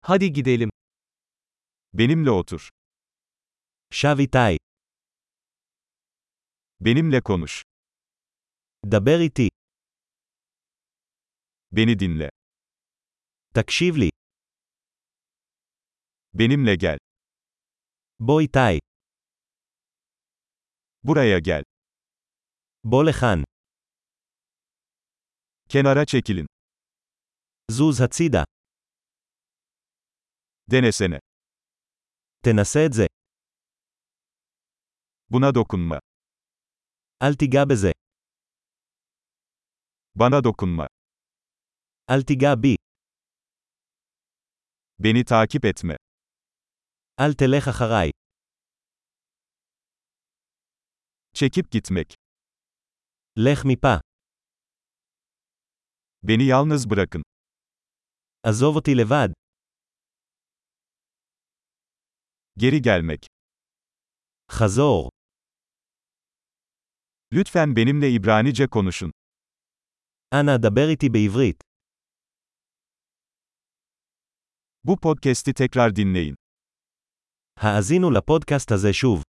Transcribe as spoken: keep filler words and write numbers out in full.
Hadi gidelim. Benimle otur. שב איתי. Benimle konuş. דבר איתי. Beni dinle. תקשיב לי. Benimle gel. בוא איתי. Buraya gel. בוא לכאן. Kenara çekilin. זוז הצידה. Denesene. תנסה את זה. Buna dokunma. אל תיגע בזה. Bana dokunma. אל תיגע בי. Beni takip etme. אל תלך אחריי. Çekip gitmek. לך מפה. Beni yalnız bırakın. עזוב אותי לבד. Geri gelmek. חזור. Lütfen benimle İbranice konuşun. אנא דבר איתי בעברית. Bu podcast'i tekrar dinleyin. האזינו לפודקאסט הזה שוב.